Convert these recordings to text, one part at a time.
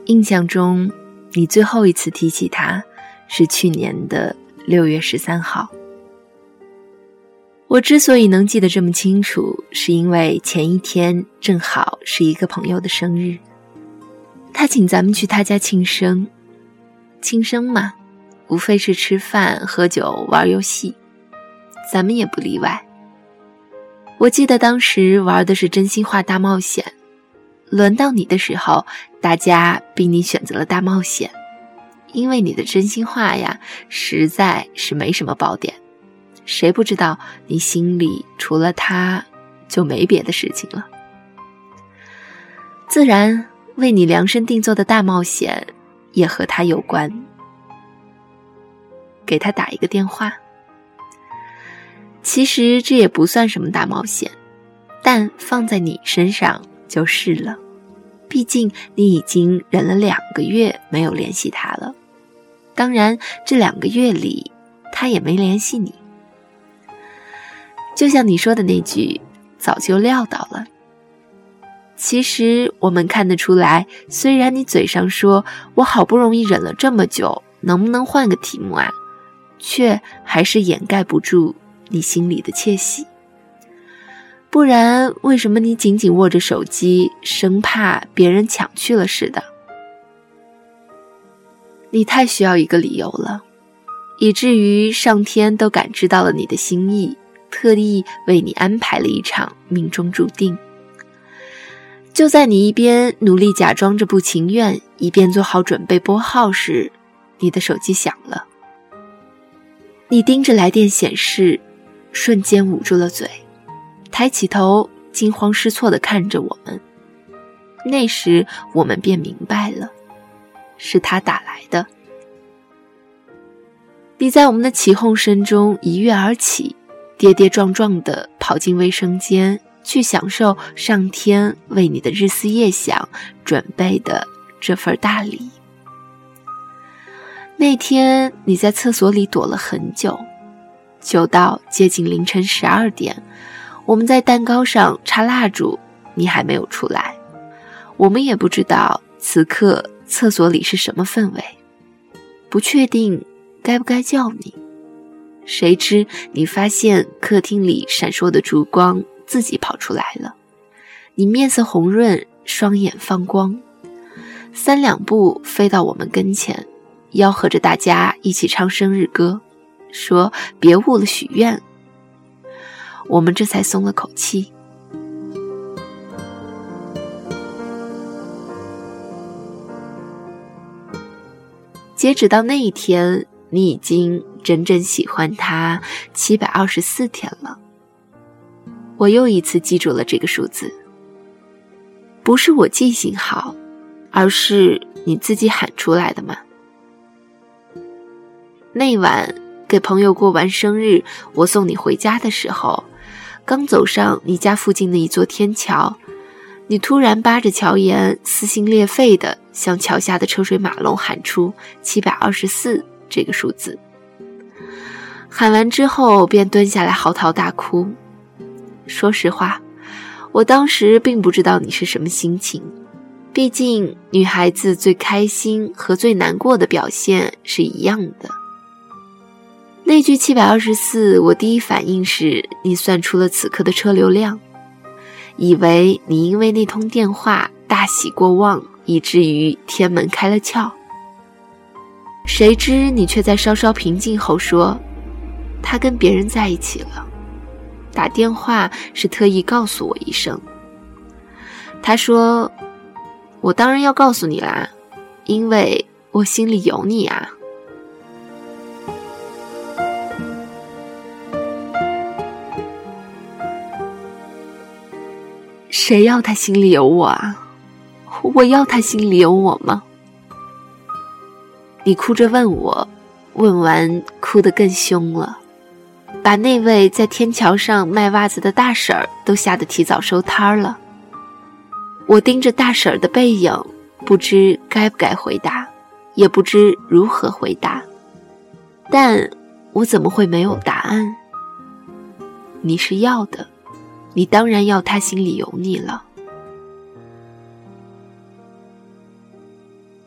印象中你最后一次提起他是去年的6月13号。我之所以能记得这么清楚，是因为前一天正好是一个朋友的生日，他请咱们去他家庆生。庆生嘛，无非是吃饭、喝酒、玩游戏，咱们也不例外。我记得当时玩的是真心话大冒险，轮到你的时候，大家逼你选择了大冒险，因为你的真心话呀，实在是没什么爆点，谁不知道你心里除了他就没别的事情了。自然为你量身定做的大冒险也和他有关。给他打一个电话，其实这也不算什么大冒险，但放在你身上就是了，毕竟你已经忍了2个月没有联系他了，当然这2个月里他也没联系你。就像你说的那句，早就料到了。其实我们看得出来，虽然你嘴上说我好不容易忍了这么久，能不能换个题目啊，却还是掩盖不住你心里的窃喜。不然为什么你紧紧握着手机，生怕别人抢去了似的？你太需要一个理由了，以至于上天都感知到了你的心意，特地为你安排了一场命中注定。就在你一边努力假装着不情愿，一边做好准备拨号时，你的手机响了。你盯着来电显示，瞬间捂住了嘴，抬起头，惊慌失措地看着我们。那时我们便明白了，是他打来的。你在我们的起哄声中一跃而起，跌跌撞撞地跑进卫生间，去享受上天为你的日思夜想准备的这份大礼。那天你在厕所里躲了很久，久到接近凌晨12点，我们在蛋糕上插蜡烛，你还没有出来。我们也不知道此刻厕所里是什么氛围，不确定该不该叫你。谁知你发现客厅里闪烁的烛光，自己跑出来了。你面色红润，双眼放光，3两步飞到我们跟前，吆喝着大家一起唱生日歌，说别误了许愿。我们这才松了口气。截止到那一天，你已经真正喜欢他724天了。我又一次记住了这个数字，不是我记性好，而是你自己喊出来的嘛。那晚给朋友过完生日，我送你回家的时候，刚走上你家附近的一座天桥，你突然扒着桥沿，撕心裂肺地向桥下的车水马龙喊出724这个数字。喊完之后便蹲下来嚎啕大哭。说实话，我当时并不知道你是什么心情，毕竟女孩子最开心和最难过的表现是一样的。那句724，我第一反应是你算出了此刻的车流量，以为你因为那通电话大喜过望，以至于天门开了窍。谁知你却在稍稍平静后说，他跟别人在一起了，打电话是特意告诉我一声。他说，我当然要告诉你啦，因为我心里有你啊。谁要他心里有我啊？我要他心里有我吗？你哭着问我，问完哭得更凶了，把那位在天桥上卖袜子的大婶儿都吓得提早收摊了。我盯着大婶儿的背影，不知该不该回答，也不知如何回答，但我怎么会没有答案？你是要的，你当然要他心里有你了。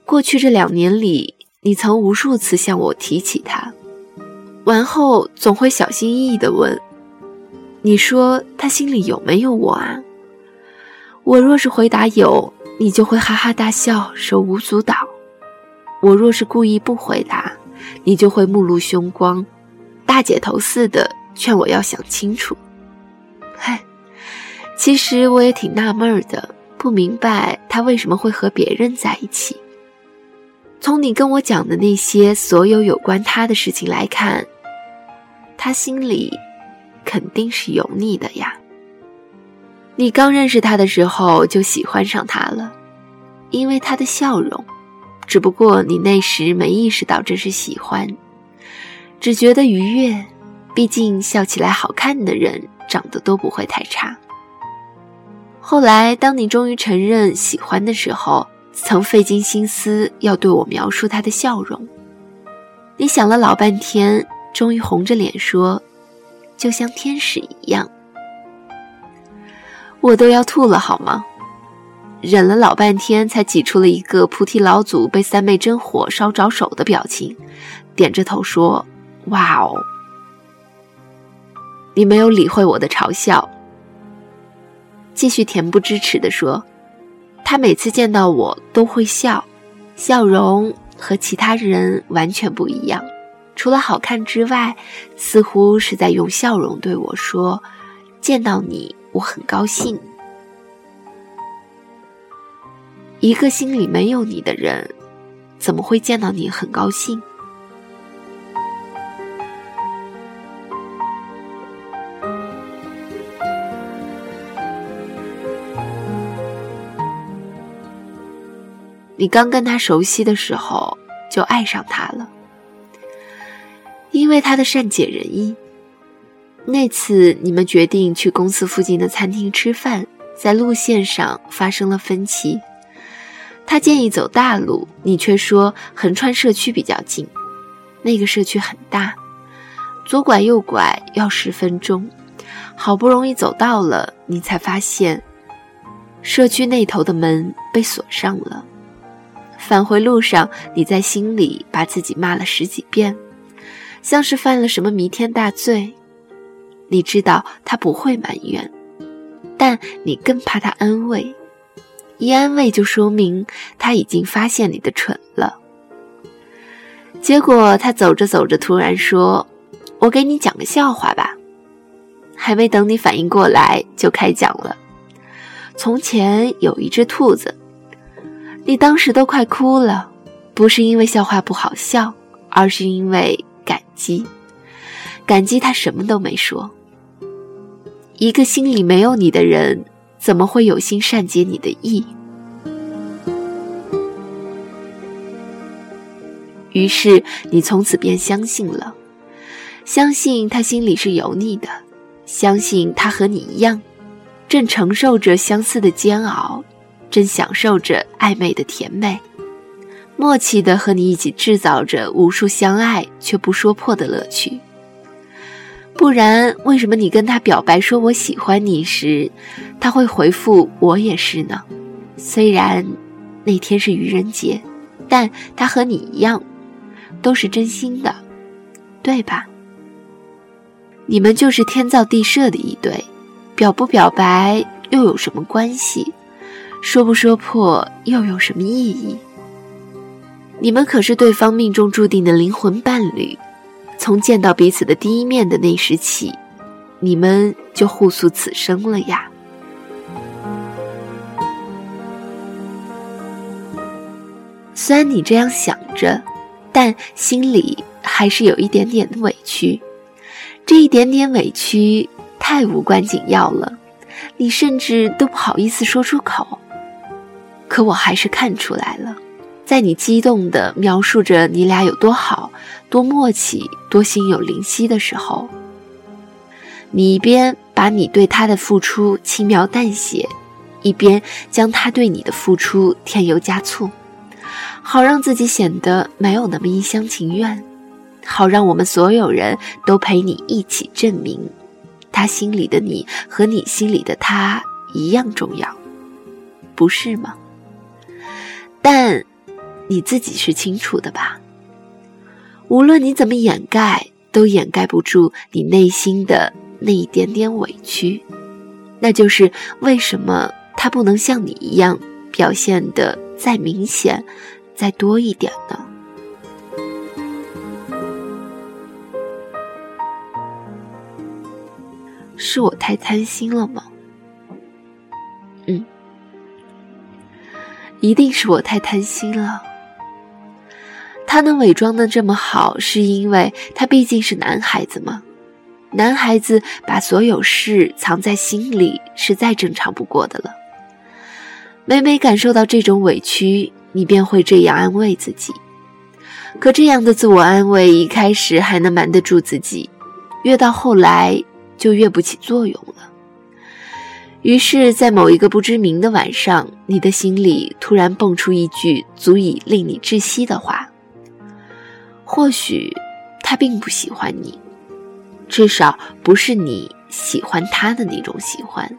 过去这2年里，你曾无数次向我提起他，完后总会小心翼翼地问，你说他心里有没有我啊？我若是回答有，你就会哈哈大笑，手舞足蹈；我若是故意不回答，你就会目露凶光，大姐头似的劝我要想清楚。嗨，其实我也挺纳闷的，不明白他为什么会和别人在一起。从你跟我讲的那些所有有关他的事情来看，他心里肯定是有你的呀。你刚认识他的时候就喜欢上他了，因为他的笑容，只不过你那时没意识到这是喜欢，只觉得愉悦，毕竟笑起来好看的人长得都不会太差。后来当你终于承认喜欢的时候，曾费尽心思要对我描述他的笑容，你想了老半天，终于红着脸说，就像天使一样。我都要吐了好吗？忍了老半天才挤出了一个菩提老祖被3昧真火烧着手的表情，点着头说，哇哦。你没有理会我的嘲笑，继续恬不知耻地说，他每次见到我都会笑，笑容和其他人完全不一样，除了好看之外，似乎是在用笑容对我说，见到你我很高兴。一个心里没有你的人，怎么会见到你很高兴？你刚跟他熟悉的时候就爱上他了，因为他的善解人意。那次你们决定去公司附近的餐厅吃饭，在路线上发生了分歧，他建议走大路，你却说横穿社区比较近。那个社区很大，左拐右拐要10分钟，好不容易走到了，你才发现社区那头的门被锁上了。返回路上，你在心里把自己骂了10几遍，像是犯了什么弥天大罪。你知道他不会埋怨，但你更怕他安慰，一安慰就说明他已经发现你的蠢了。结果他走着走着突然说，我给你讲个笑话吧。还没等你反应过来就开讲了。从前有一只兔子，你当时都快哭了，不是因为笑话不好笑，而是因为感激。感激他什么都没说。一个心里没有你的人，怎么会有心善解你的意？于是你从此便相信了，相信他心里是有你的，相信他和你一样，正承受着相似的煎熬，正享受着暧昧的甜美，默契地和你一起制造着无数相爱却不说破的乐趣。不然为什么你跟他表白说我喜欢你时，他会回复我也是呢？虽然那天是愚人节，但他和你一样都是真心的，对吧？你们就是天造地设的一对，表不表白又有什么关系？说不说破又有什么意义？你们可是对方命中注定的灵魂伴侣，从见到彼此的第一面的那时起，你们就互诉此生了呀。虽然你这样想着，但心里还是有一点点的委屈。这一点点委屈太无关紧要了，你甚至都不好意思说出口。可我还是看出来了，在你激动地描述着你俩有多好，多默契，多心有灵犀的时候，你一边把你对他的付出轻描淡写，一边将他对你的付出添油加醋，好让自己显得没有那么一厢情愿，好让我们所有人都陪你一起证明，他心里的你和你心里的他一样重要，不是吗？但你自己是清楚的吧。无论你怎么掩盖，都掩盖不住你内心的那一点点委屈，那就是为什么他不能像你一样表现得再明显再多一点呢？是我太贪心了吗？一定是我太贪心了。他能伪装得这么好，是因为他毕竟是男孩子嘛。男孩子把所有事藏在心里是再正常不过的了。每每感受到这种委屈，你便会这样安慰自己。可这样的自我安慰一开始还能瞒得住自己，越到后来就越不起作用了。于是在某一个不知名的晚上，你的心里突然蹦出一句足以令你窒息的话。或许他并不喜欢你，至少不是你喜欢他的那种喜欢。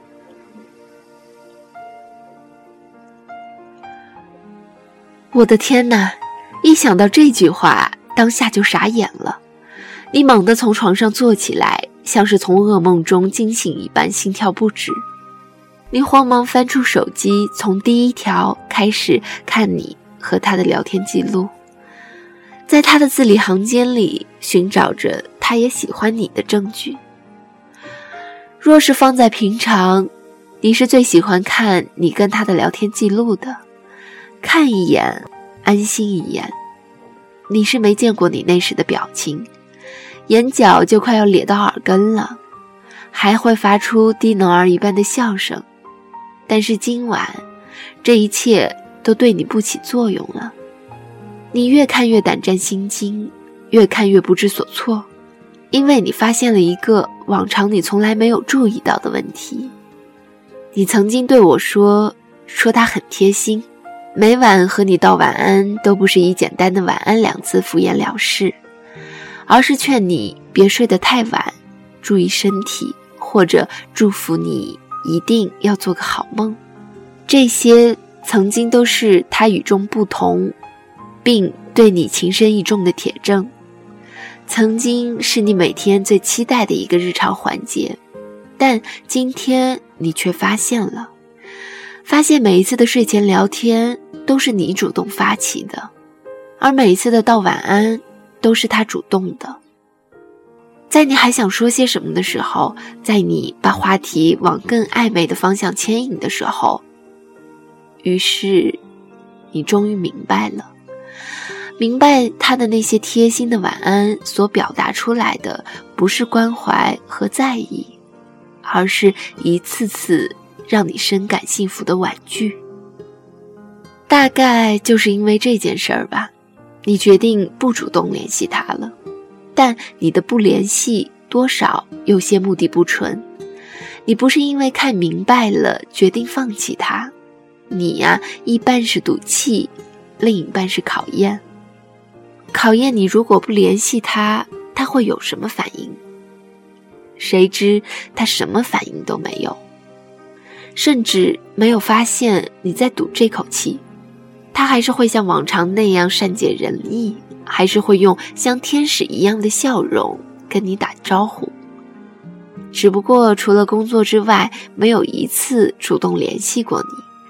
我的天哪，一想到这句话，当下就傻眼了。你猛地从床上坐起来，像是从噩梦中惊醒一般，心跳不止。你慌忙翻出手机，从第一条开始看你和他的聊天记录，在他的字里行间里寻找着他也喜欢你的证据。若是放在平常，你是最喜欢看你跟他的聊天记录的，看一眼安心一眼。你是没见过你那时的表情，眼角就快要咧到耳根了，还会发出低能儿一般的笑声。但是今晚这一切都对你不起作用了。你越看越胆战心惊，越看越不知所措，因为你发现了一个往常你从来没有注意到的问题。你曾经对我说他很贴心，每晚和你道晚安都不是以简单的晚安两字敷衍了事，而是劝你别睡得太晚，注意身体，或者祝福你一定要做个好梦。这些曾经都是他与众不同并对你情深意重的铁证，曾经是你每天最期待的一个日常环节。但今天你却发现每一次的睡前聊天都是你主动发起的，而每一次的道晚安都是他主动的。在你还想说些什么的时候，在你把话题往更暧昧的方向牵引的时候，于是你终于明白他的那些贴心的晚安所表达出来的不是关怀和在意，而是一次次让你深感幸福的婉拒。大概就是因为这件事儿吧，你决定不主动联系他了。但你的不联系多少有些目的不纯，你不是因为看明白了决定放弃他，你呀，一半是赌气，另一半是考验。考验你如果不联系他，他会有什么反应？谁知他什么反应都没有，甚至没有发现你在赌这口气。他还是会像往常那样善解人意，还是会用像天使一样的笑容跟你打招呼，只不过除了工作之外，没有一次主动联系过你，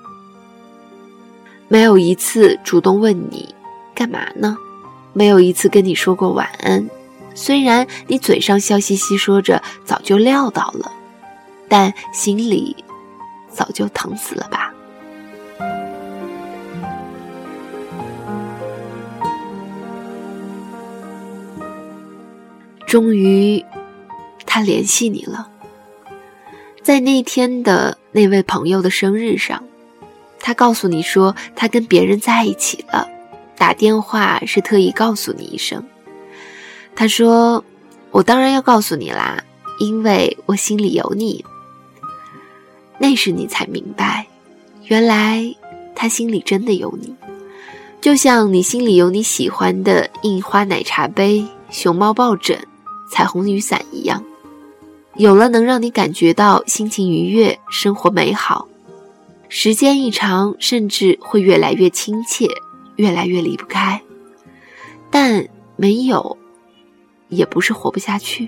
没有一次主动问你干嘛呢，没有一次跟你说过晚安。虽然你嘴上笑嘻嘻说着早就料到了，但心里早就疼死了吧。终于他联系你了，在那天的那位朋友的生日上，他告诉你说他跟别人在一起了，打电话是特意告诉你一声。他说，我当然要告诉你啦，因为我心里有你。那时你才明白，原来他心里真的有你，就像你心里有你喜欢的印花奶茶杯、熊猫抱枕、彩虹雨伞一样，有了能让你感觉到心情愉悦，生活美好，时间一长甚至会越来越亲切， 越来越离不开，但没有也不是活不下去。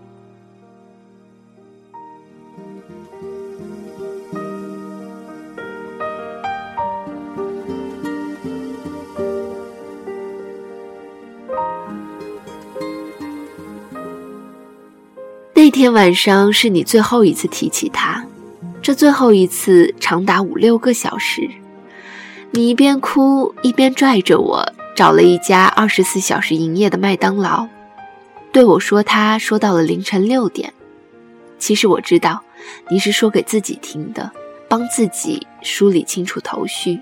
那天晚上是你最后一次提起他，这最后一次长达5-6个小时。你一边哭一边拽着我找了一家24小时营业的麦当劳，对我说他说到了凌晨6点。其实我知道你是说给自己听的，帮自己梳理清楚头绪。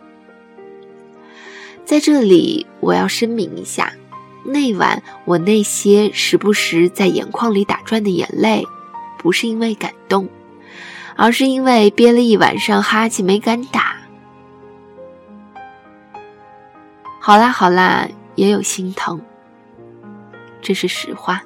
在这里我要声明一下，那晚我那些时不时在眼眶里打转的眼泪，不是因为感动，而是因为憋了一晚上哈欠没敢打。好啦，也有心疼，这是实话。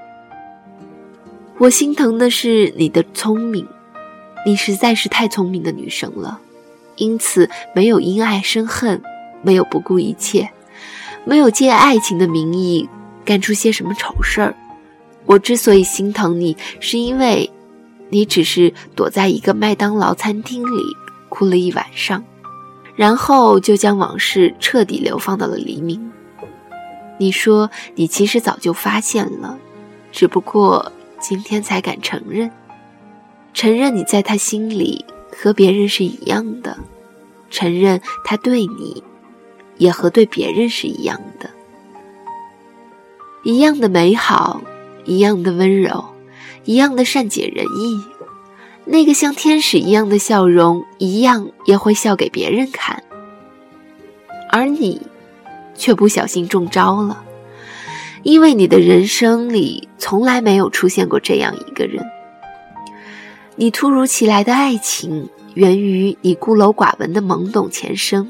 我心疼的是你的聪明，你实在是太聪明的女生了，因此没有因爱生恨，没有不顾一切，没有借爱情的名义干出些什么丑事儿。我之所以心疼你，是因为你只是躲在一个麦当劳餐厅里哭了一晚上，然后就将往事彻底流放到了黎明。你说你其实早就发现了，只不过今天才敢承认你在他心里和别人是一样的，承认他对你也和对别人是一样的，一样的美好，一样的温柔，一样的善解人意，那个像天使一样的笑容，一样也会笑给别人看。而你却不小心中招了，因为你的人生里从来没有出现过这样一个人。你突如其来的爱情源于你孤陋寡闻的懵懂前生，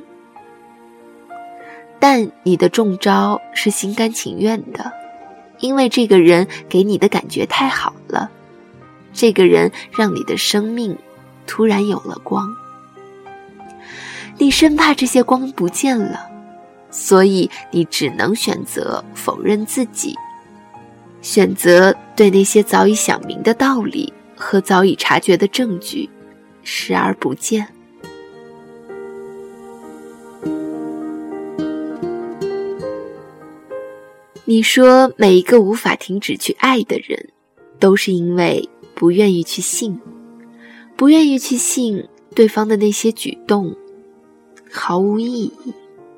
但你的中招是心甘情愿的，因为这个人给你的感觉太好了，这个人让你的生命突然有了光。你生怕这些光不见了，所以你只能选择否认自己，选择对那些早已想明的道理和早已察觉的证据视而不见。你说每一个无法停止去爱的人，都是因为不愿意去信，不愿意去信对方的那些举动毫无意义。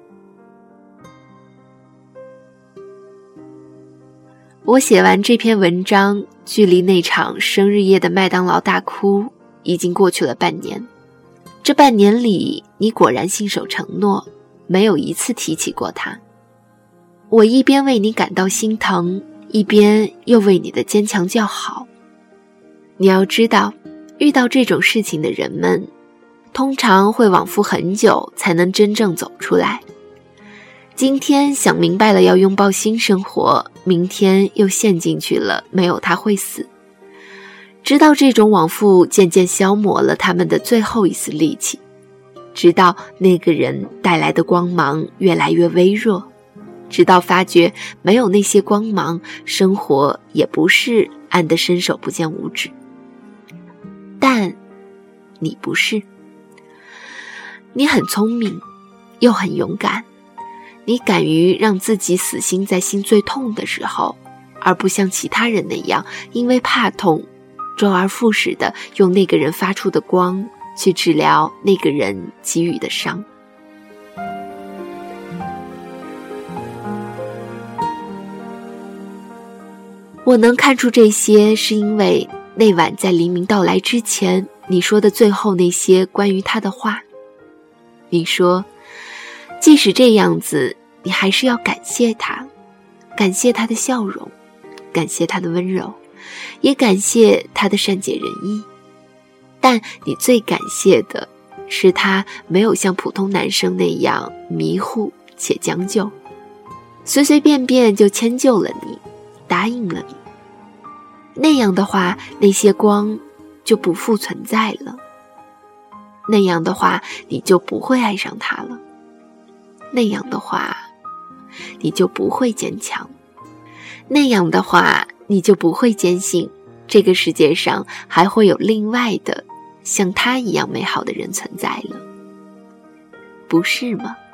我写完这篇文章，距离那场生日夜的麦当劳大哭已经过去了半年。这半年里，你果然信守承诺，没有一次提起过他。我一边为你感到心疼，一边又为你的坚强叫好。你要知道，遇到这种事情的人们，通常会往复很久才能真正走出来。今天想明白了要拥抱新生活，明天又陷进去了没有他会死，直到这种往复渐渐消磨了他们的最后一丝力气，直到那个人带来的光芒越来越微弱，直到发觉没有那些光芒，生活也不是暗得伸手不见五指。但你不是，你很聪明，又很勇敢，你敢于让自己死心在心最痛的时候，而不像其他人那样因为怕痛周而复始地用那个人发出的光去治疗那个人给予的伤。我能看出这些，是因为那晚在黎明到来之前，你说的最后那些关于他的话。你说即使这样子，你还是要感谢他，感谢他的笑容，感谢他的温柔，也感谢他的善解人意。但你最感谢的是他没有像普通男生那样迷糊且将就，随随便便就迁就了你，答应了你。那样的话，那些光就不复存在了，那样的话，你就不会爱上他了。 那样的话，你就不会坚强。那样的话，你就不会坚信这个世界上还会有另外的像他一样美好的人存在了，不是吗？